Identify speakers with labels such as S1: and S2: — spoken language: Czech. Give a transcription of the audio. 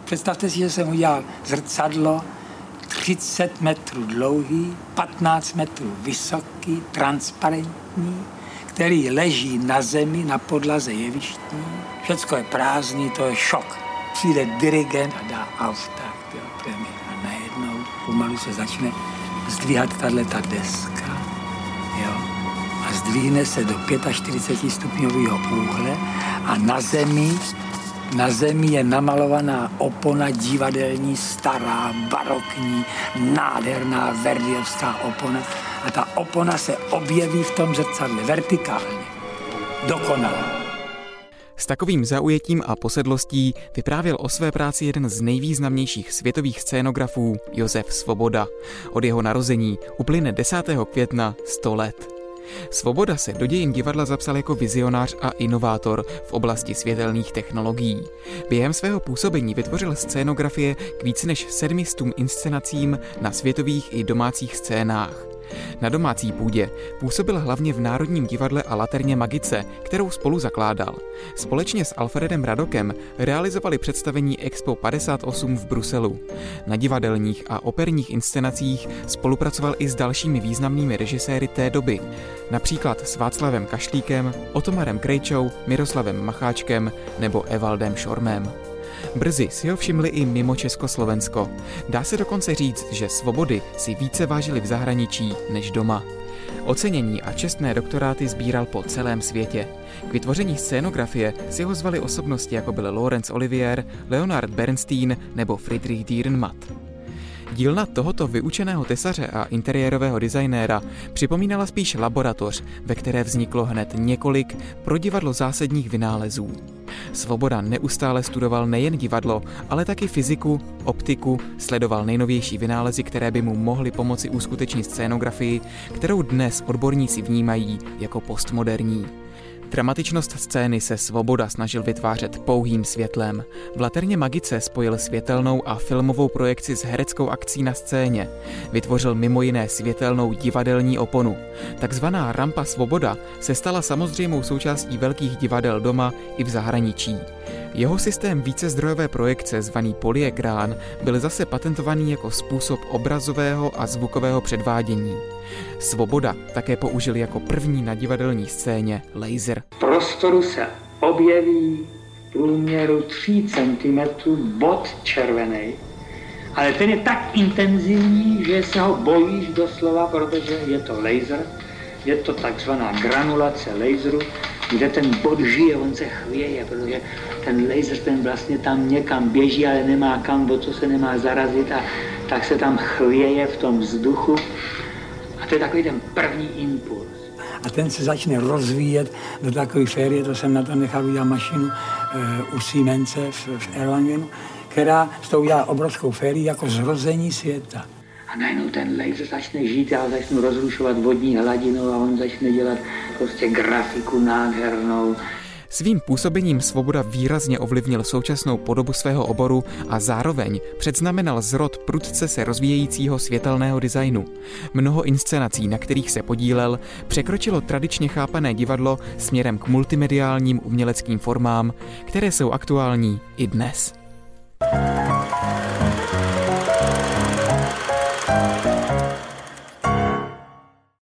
S1: Představte si, že jsem udělal zrcadlo 30 metrů dlouhý, 15 metrů vysoký, transparentní, který leží na zemi, na podlaze jevištní. Všecko je prázdný, to je šok. Přijde dirigent a dá auftakt, premiér. A najednou pomalu se začne zdvíhat tato deska, jo. A zdvihne se do 45 stupňového úhle a na zemi je namalovaná opona divadelní, stará, barokní, nádherná verdiovská opona. A ta opona se objeví v tom zrcadle vertikálně. Dokonale.
S2: S takovým zaujetím a posedlostí vyprávěl o své práci jeden z nejvýznamnějších světových scénografů, Josef Svoboda. Od jeho narození uplyne 10. května 100 let. Svoboda se do dějin divadla zapsal jako vizionář a inovátor v oblasti světelných technologií. Během svého působení vytvořil scénografie k víc než 700 inscenacím na světových i domácích scénách. Na domácí půdě působil hlavně v Národním divadle a Laterně Magice, kterou spolu zakládal. Společně s Alfredem Radokem realizovali představení Expo 58 v Bruselu. Na divadelních a operních inscenacích spolupracoval i s dalšími významnými režiséry té doby, například s Václavem Kašlíkem, Otomarem Krejčou, Miroslavem Macháčkem nebo Evaldem Šormem. Brzy si ho všimli i mimo Československo. Dá se dokonce říct, že Svobody si více vážili v zahraničí než doma. Ocenění a čestné doktoráty sbíral po celém světě. K vytvoření scénografie si ho zvali osobnosti, jako byl Laurence Olivier, Leonard Bernstein nebo Friedrich Dürrenmatt. Dílna tohoto vyučeného tesaře a interiérového designéra připomínala spíš laboratoř, ve které vzniklo hned několik pro divadlo zásadních vynálezů. Svoboda neustále studoval nejen divadlo, ale taky fyziku, optiku, sledoval nejnovější vynálezy, které by mu mohly pomoci uskutečnit scénografii, kterou dnes odborníci vnímají jako postmoderní. Dramatičnost scény se Svoboda snažil vytvářet pouhým světlem. V Laterně Magice spojil světelnou a filmovou projekci s hereckou akcí na scéně. Vytvořil mimo jiné světelnou divadelní oponu. Takzvaná rampa Svoboda se stala samozřejmou součástí velkých divadel doma i v zahraničí. Jeho systém vícezdrojové projekce, zvaný polyekrán, byl zase patentovaný jako způsob obrazového a zvukového předvádění. Svoboda také použil jako první na divadelní scéně laser.
S1: V prostoru se objeví v průměru 3 cm bod červený, ale ten je tak intenzivní, že se ho bojíš doslova, protože je to laser, je to takzvaná granulace laseru, kde ten bod žije, on se chvěje, protože ten laser, ten vlastně tam někam běží, ale nemá kam, o co se nemá zarazit a tak se tam chvěje v tom vzduchu. A to je takový ten první impuls. A ten se začne rozvíjet do takové férie, to jsem na to nechal udělat mašinu u Siemence v Erlangenu, která z toho udělá obrovskou férii jako zrození světa. A najednou ten laser začne žít, já začnu rozrušovat vodní hladinu a on začne dělat prostě grafiku nádhernou.
S2: Svým působením Svoboda výrazně ovlivnil současnou podobu svého oboru a zároveň předznamenal zrod prudce se rozvíjejícího světelného designu. Mnoho inscenací, na kterých se podílel, překročilo tradičně chápané divadlo směrem k multimediálním uměleckým formám, které jsou aktuální i dnes.